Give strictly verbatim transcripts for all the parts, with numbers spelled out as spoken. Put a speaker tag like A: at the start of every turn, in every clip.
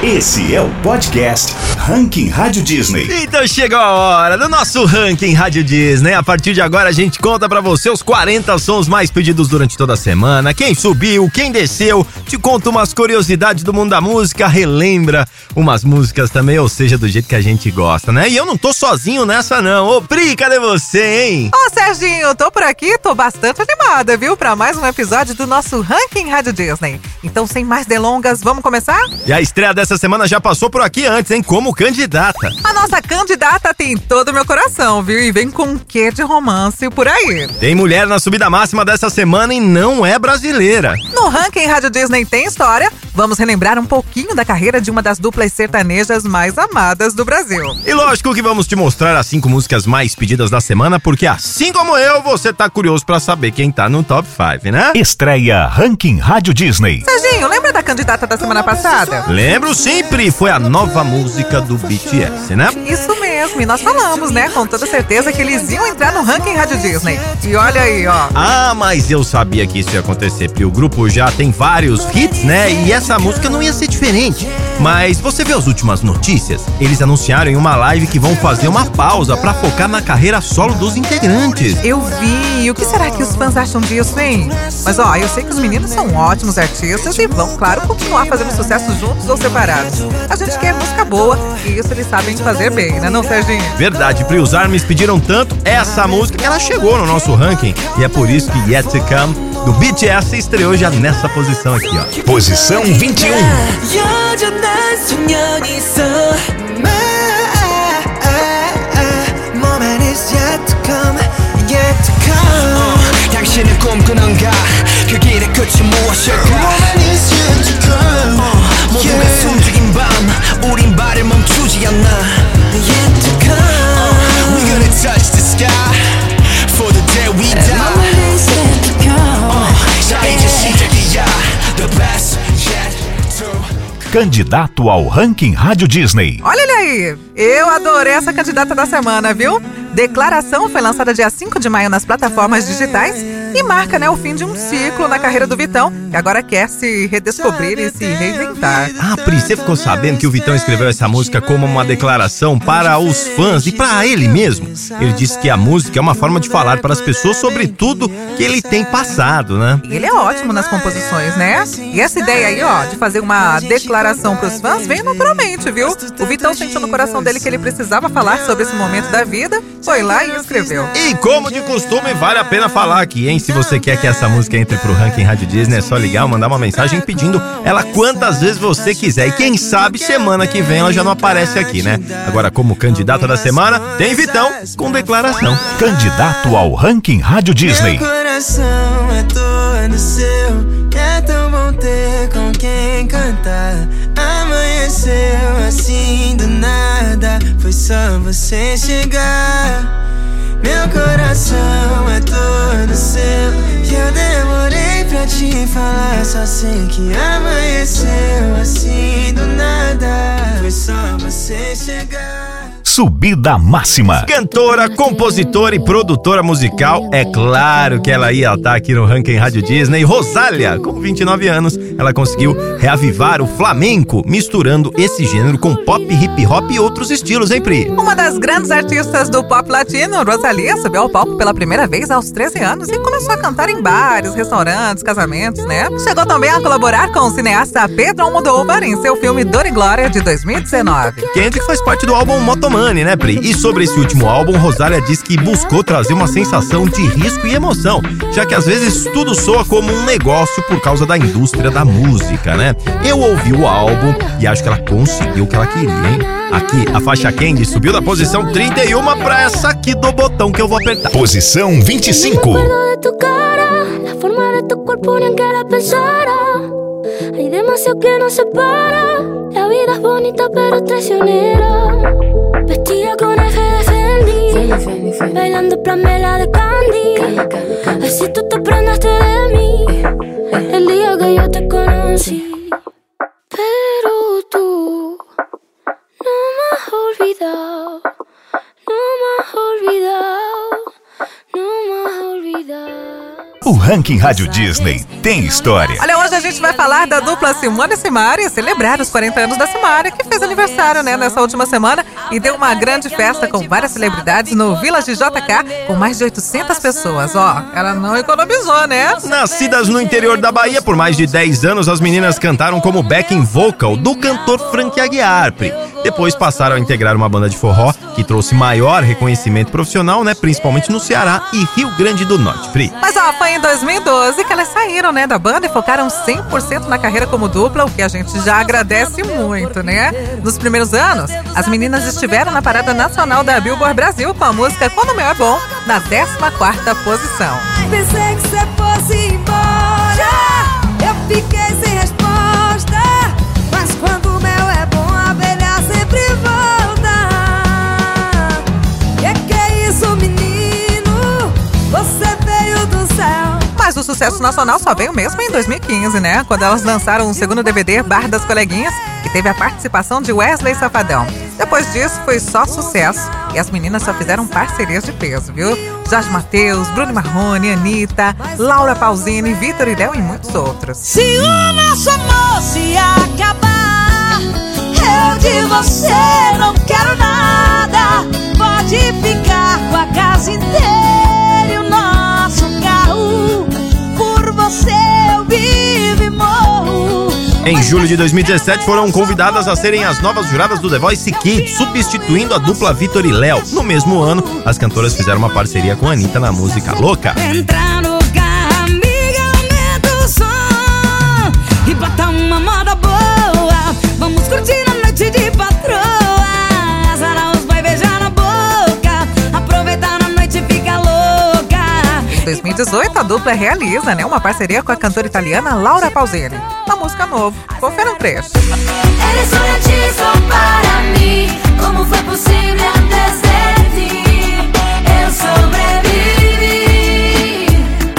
A: Esse é o podcast Ranking Rádio Disney.
B: Então chegou a hora do nosso Ranking Rádio Disney. A partir de agora a gente conta pra você os quarenta sons mais pedidos durante toda a semana. Quem subiu, quem desceu, te conta umas curiosidades do mundo da música, relembra umas músicas também, ou seja, do jeito que a gente gosta, né? E eu não tô sozinho nessa não. Ô Pri, cadê você, hein?
C: Ô Serginho, tô por aqui, tô bastante animada, viu? Pra mais um episódio do nosso Ranking Rádio Disney. Então, sem mais delongas, vamos começar?
B: E a estreia dessa semana já passou por aqui antes, hein? Como candidata.
C: A nossa candidata tem todo o meu coração, viu? E vem com um quê de romance por aí.
B: Tem mulher na subida máxima dessa semana e não é brasileira.
C: No Ranking Rádio Disney tem história. Vamos relembrar um pouquinho da carreira de uma das duplas sertanejas mais amadas do Brasil.
B: E lógico que vamos te mostrar as cinco músicas mais pedidas da semana, porque assim como eu, você tá curioso pra saber quem tá no top cinco, né?
A: Estreia Ranking Rádio Disney.
C: Serginho, lembra da candidata da semana passada?
B: Lembro sempre, foi a nova música do B T S, né?
C: Isso mesmo, e nós falamos, né, com toda certeza que eles iam entrar no Ranking Rádio Disney. E olha aí, ó.
B: Ah, mas eu sabia que isso ia acontecer, porque o grupo já tem vários hits, né? E essa música não ia ser diferente. Mas você vê as últimas notícias? Eles anunciaram em uma live que vão fazer uma pausa pra focar na carreira solo dos integrantes.
C: Eu vi, e o que será que os fãs acham disso, hein? Mas ó, eu sei que os meninos são ótimos artistas e vão, claro, continuar fazendo sucesso juntos ou separados. A gente quer música boa e isso eles sabem fazer bem, né não, Serginho?
B: Verdade, Pri, os ARMYs pediram tanto essa música que ela chegou no nosso ranking. E é por isso que Yet to Come, do B T S, estreou já nessa posição aqui, ó.
A: Posição vinte e um.
D: 당신은 꿈꾸는가 그 길의 끝이 무엇일까 모두가 숨죽인 밤 우린 발을 멈추지 않나 Yet to come We're gonna touch the sky For the day we die 자 이제 시작이야 The best yet to
A: Candidato ao Ranking Rádio Disney.
C: Olha ele aí, eu adorei essa candidata da semana, viu? Declaração foi lançada dia cinco de maio nas plataformas digitais e marca, né, o fim de um ciclo na carreira do Vitão, que agora quer se redescobrir e se reinventar.
B: Ah, Pri, você ficou sabendo que o Vitão escreveu essa música como uma declaração para os fãs e para ele mesmo? Ele disse que a música é uma forma de falar para as pessoas sobre tudo que ele tem passado, né?
C: Ele é ótimo nas composições, né? E essa ideia aí, ó, de fazer uma declaração para os fãs veio naturalmente, viu? O Vitão sentiu no coração dele que ele precisava falar sobre esse momento da vida, foi lá e escreveu.
B: E como de costume, vale a pena falar aqui, hein? Se você quer que essa música entre pro Ranking Rádio Disney, é só ligar ou mandar uma mensagem pedindo ela quantas vezes você quiser. E quem sabe, semana que vem ela já não aparece aqui, né? Agora, como candidata da semana, tem Vitão com declaração.
A: Candidato ao Ranking Rádio Disney.
D: Meu coração é todo seu, é tão bom ter com quem cantar. Amanheceu assim do nada, foi só você chegar. Meu coração é todo seu, e eu demorei pra te falar. Só sei que amanheceu assim do nada, foi só você chegar.
A: Subida máxima.
B: Cantora, compositora e produtora musical, é claro que ela ia estar aqui no Ranking Rádio Disney. Rosália, com vinte e nove anos, ela conseguiu reavivar o flamenco, misturando esse gênero com pop, hip hop e outros estilos, hein, Pri?
C: Uma das grandes artistas do pop latino, Rosalía, subiu ao palco pela primeira vez aos treze anos e começou a cantar em bares, restaurantes, casamentos, né? Chegou também a colaborar com o cineasta Pedro Almodóvar em seu filme Dor e Glória, de dois mil e dezenove.
B: Kendrick faz parte do álbum Motomami, né, Pri? E sobre esse último álbum, Rosália diz que buscou trazer uma sensação de risco e emoção, já que às vezes tudo soa como um negócio por causa da indústria da música, né? Eu ouvi o álbum e acho que ela conseguiu o que ela queria, hein? Aqui, a faixa Candy subiu da posição trinta e um pra essa aqui do botão que eu vou apertar.
A: Posição vinte e cinco.
E: Hay demasiado que nos separa. La vida es bonita pero traicionera. Vestida con F de Fendi, Fendi, Fendi, Fendi. Bailando Pamela de Candy. Así tú te prendaste de mí el día que yo te conocí. Pero tú no me has olvidado, no me has olvidado, no me has olvidado.
A: O Ranking Rádio Disney tem história.
C: Olha, hoje a gente vai falar da dupla Simone e Simaria, celebrar os quarenta anos da Simaria, que fez aniversário, né, nessa última semana, e deu uma grande festa com várias celebridades no Village J K, com mais de oitocentas pessoas. Ó, ela não economizou, né?
B: Nascidas no interior da Bahia por mais de dez anos, as meninas cantaram como backing vocal do cantor Frank Aguiar. Depois passaram a integrar uma banda de forró que trouxe maior reconhecimento profissional, né, principalmente no Ceará e Rio Grande do Norte, Pri.
C: Mas ó, foi em dois mil e doze que elas saíram, né, da banda e focaram cem por cento na carreira como dupla, o que a gente já agradece muito, né? Nos primeiros anos, as meninas estiveram na parada nacional da Billboard Brasil com a música Quando o Meu é Bom, na décima quarta posição.
F: Pensei que você fosse embora, eu fiquei sem resposta, mas quando o meu é bom, a abelha sempre volta. Que que é isso, menino? Você veio do céu.
C: Mas o sucesso nacional só veio mesmo em dois mil e quinze, né? Quando elas lançaram o segundo D V D, Bar das Coleguinhas, que teve a participação de Wesley Safadão. Depois disso, foi só sucesso. E as meninas só fizeram parcerias de peso, viu? Jorge Mateus, Bruno Marrone, Anitta, Laura Pausini, Vitor e Léo e muitos outros.
F: Se o nosso amor se acabar, eu de você não quero nada. Pode ficar com a casa inteira e o nosso carro. Por você eu vivo e morro.
B: Em julho de dois mil e dezessete, foram convidadas a serem as novas juradas do The Voice Kids, substituindo a dupla Vitor e Léo. No mesmo ano, as cantoras fizeram uma parceria com a Anitta na música Louca.
F: Entra no carro, amiga, aumenta o som e bota uma moda boa. Vamos curtir a noite de patroa. Azara os vai beijar na boca, aproveitar a noite e fica louca.
C: Em dois mil e dezoito, a dupla realiza, né, uma parceria com a cantora italiana Laura Pausini, uma música nova. Confere um trecho.
E: Eres un hechizo para mí. ¿Cómo fue posible antes de ti? Eu sobreviví.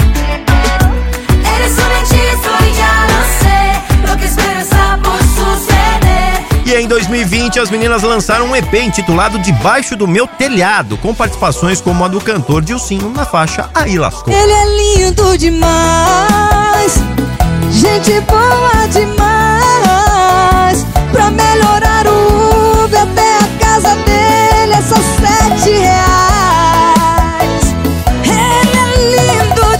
E: Eres un hechizo y ya lo sé. Lo que espero está por suceder.
B: E em dois mil e vinte, as meninas lançaram um E P intitulado Debaixo do Meu Telhado, com participações como a do cantor Dilcinho na faixa Aí Lascou.
F: Ele é lindo demais, gente boa demais. Pra melhorar o Uber até a casa dele é só sete reais. Ele é lindo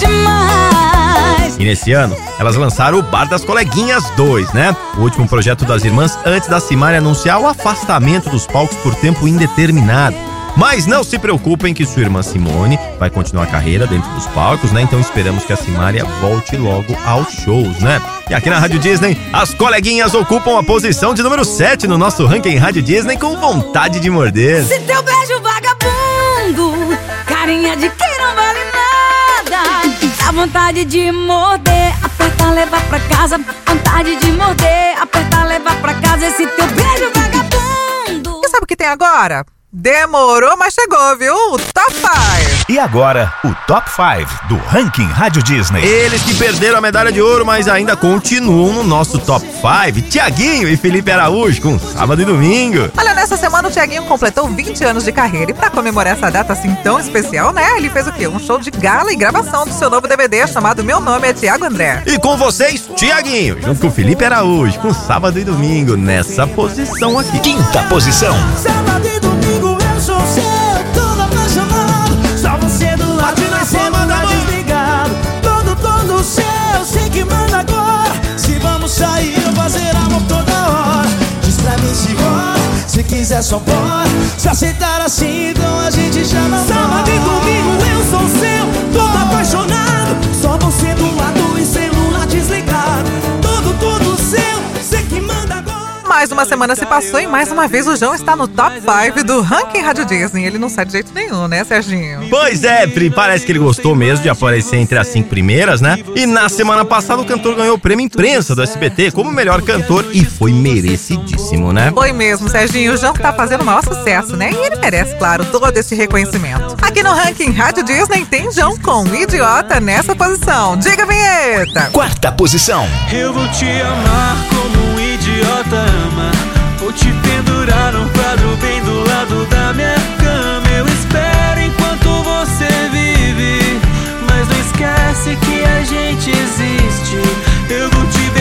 F: demais.
B: E nesse ano, elas lançaram o Bar das Coleguinhas dois, né? O último projeto das irmãs antes da Simaria anunciar o afastamento dos palcos por tempo indeterminado. Mas não se preocupem que sua irmã Simone vai continuar a carreira dentro dos palcos, né? Então esperamos que a Simaria volte logo aos shows, né? E aqui na Rádio Disney, as coleguinhas ocupam a posição de número sete no nosso ranking Rádio Disney com Vontade de Morder.
F: Se teu beijo vagabundo, carinha de quem não vale nada, dá vontade de morder, apertar, levar pra casa. Vontade de morder, apertar, levar pra casa esse teu beijo vagabundo.
C: E sabe o que tem agora? Demorou, mas chegou, viu? O Top cinco.
A: E agora, o Top cinco do ranking Rádio Disney.
B: Eles que perderam a medalha de ouro, mas ainda continuam no nosso Top cinco. Tiaguinho e Felipe Araújo com Sábado e Domingo.
C: Olha, nessa semana o Tiaguinho completou vinte anos de carreira e pra comemorar essa data assim tão especial, né? Ele fez o quê? Um show de gala e gravação do seu novo D V D chamado Meu Nome é Tiago André.
B: E com vocês, Tiaguinho, junto com Felipe Araújo, com Sábado e Domingo, nessa posição aqui.
A: Quinta posição.
G: Sábado e domingo eu sou seu, todo apaixonado. Só você do lado e celular desligado. Todo, todo seu, sei que manda agora. Se vamos sair ou fazer amor toda hora, diz pra mim se gosta, se quiser só bora. Se aceitar assim, então a gente já não mora. Sábado e domingo eu sou seu, todo apaixonado. Só você do lado e celular desligado. Todo, todo seu, sei que manda agora.
C: Mais uma semana se passou e mais uma vez o João está no Top cinco do ranking Rádio Disney. Ele não sai de jeito nenhum, né, Serginho?
B: Pois é, Pri, parece que ele gostou mesmo de aparecer entre as cinco primeiras, né? E na semana passada o cantor ganhou o prêmio Imprensa do S B T como melhor cantor e foi merecidíssimo, né?
C: Foi mesmo, Serginho. O João tá fazendo o maior sucesso, né? E ele merece, claro, todo esse reconhecimento. Aqui no ranking Rádio Disney tem João com Idiota nessa posição. Diga a vinheta!
A: Quarta posição.
D: Eu vou te amar como um idiota ama. Vou te pendurar um quadro bem do lado da minha cama. Eu espero enquanto você vive, mas não esquece que a gente existe. Eu vou te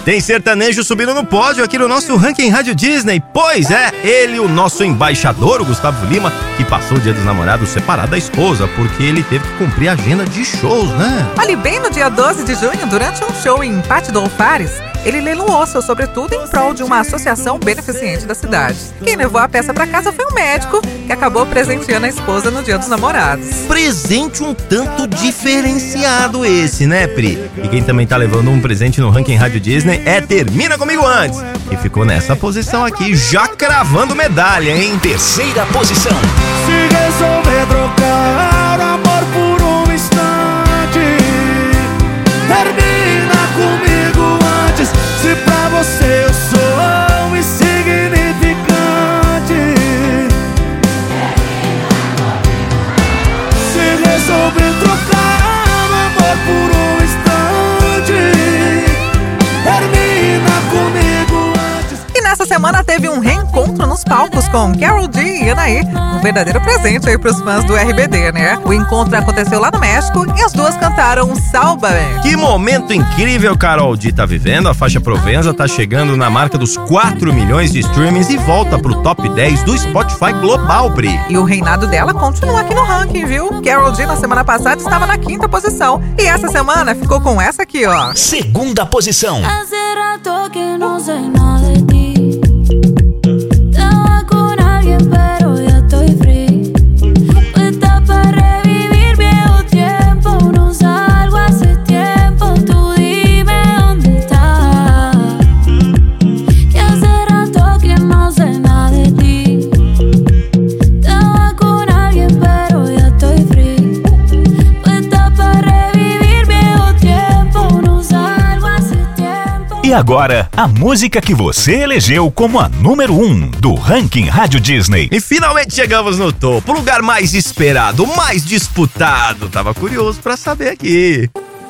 B: Tem sertanejo subindo no pódio aqui no nosso Ranking Rádio Disney. Pois é, ele, o nosso embaixador, o Gustavo Lima, que passou o Dia dos Namorados separado da esposa, porque ele teve que cumprir a agenda de shows, né?
C: Ali bem no dia doze de junho, durante um show em Pátio do Alfares, ele leiloou seu sobretudo em prol de uma associação beneficente da cidade. Quem levou a peça pra casa foi um médico, que acabou presenteando a esposa no Dia dos Namorados.
B: Presente um tanto diferenciado esse, né, Pri? E quem também tá levando um presente no Ranking Rádio Disney é Termina Comigo Antes, que ficou nessa posição aqui, já cravando medalha, hein?
A: Terceira posição.
G: Se resolver trocar o amor por um instante, termina comigo antes. Se pra você eu sou um insignificante, se resolver trocar o amor por um instante, termina comigo antes.
C: E nessa semana teve um reencontro nos palcos com Karol G e Anaí, um verdadeiro presente aí pros fãs do R B D, né? O encontro aconteceu lá no México e as duas cantaram Sálvame.
B: Que momento incrível Karol G tá vivendo. A faixa Provenza tá chegando na marca dos quatro milhões de streamings e volta pro top dez do Spotify global, Pri.
C: E o reinado dela continua aqui no ranking, viu? Karol G na semana passada estava na quinta posição e essa semana ficou com essa aqui, ó.
A: Segunda posição.
E: Hace rato que no sé nada de ti. Estaba con alguien pero ya estoy free. Puesta para revivir viejo tiempo. No salgo hace tiempo. Tú dime dónde estás. Que hace rato que no sé nada de ti. Estaba con alguien pero ya estoy free. Puesta para revivir viejo tiempo. No salgo hace tiempo.
A: E agora, a música que você elegeu como a número um do Ranking Rádio Disney.
B: E finalmente chegamos no topo, o lugar mais esperado, mais disputado. Tava curioso pra saber aqui.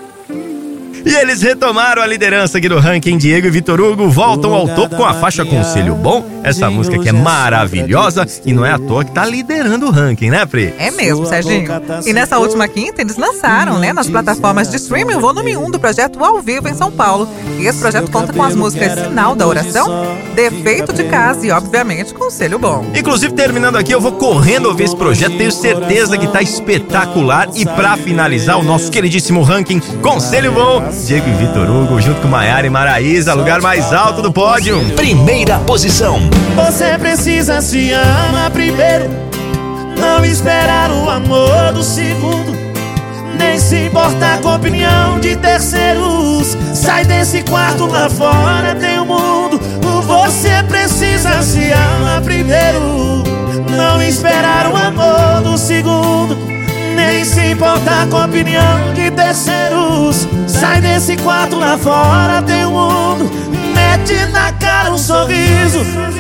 B: E eles retomaram a liderança aqui do ranking. Diego e Vitor Hugo voltam ao topo com a faixa Conselho Bom. Essa música que é maravilhosa e não é à toa que tá liderando o ranking, né, Pri?
C: É mesmo, Serginho. E nessa última quinta eles lançaram, né, nas plataformas de streaming o volume um do projeto Ao Vivo em São Paulo. E esse projeto conta com as músicas Sinal da Oração, Defeito de Casa e, obviamente, Conselho Bom.
B: Inclusive, terminando aqui, eu vou correndo ouvir esse projeto. Tenho certeza que tá espetacular. E pra finalizar o nosso queridíssimo ranking Conselho Bom, Diego e Vitor Hugo, junto com Maiara e Maraísa, lugar mais alto do pódio.
A: Primeira posição.
G: Você precisa se amar primeiro, não esperar o amor do segundo, nem se importar com a opinião de terceiros. Sai desse quarto, lá fora tem o mundo. Você precisa se amar primeiro, não esperar o amor do segundo, nem se importar com a opinião de terceiros. Sai desse quarto, lá fora tem o mundo. Mete na cara um sorriso,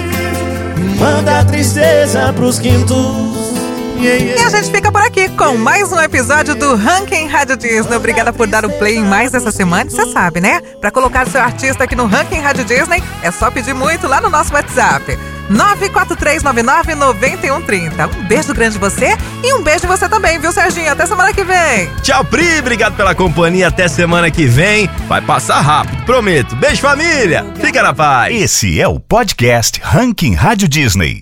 G: manda a tristeza pros quintos. Yeah, yeah.
C: E a gente fica por aqui com mais um episódio do Ranking Rádio Disney. Obrigada por dar o play em mais essa semana. Você sabe, né? Pra colocar seu artista aqui no Ranking Rádio Disney, é só pedir muito lá no nosso WhatsApp. nove quatro três nove nove nove um três zero. Um beijo grande de você e um beijo de você também, viu, Serginho? Até semana que vem.
B: Tchau, Pri. Obrigado pela companhia. Até semana que vem. Vai passar rápido, prometo. Beijo, família. Fica na paz.
A: Esse é o podcast Ranking Rádio Disney.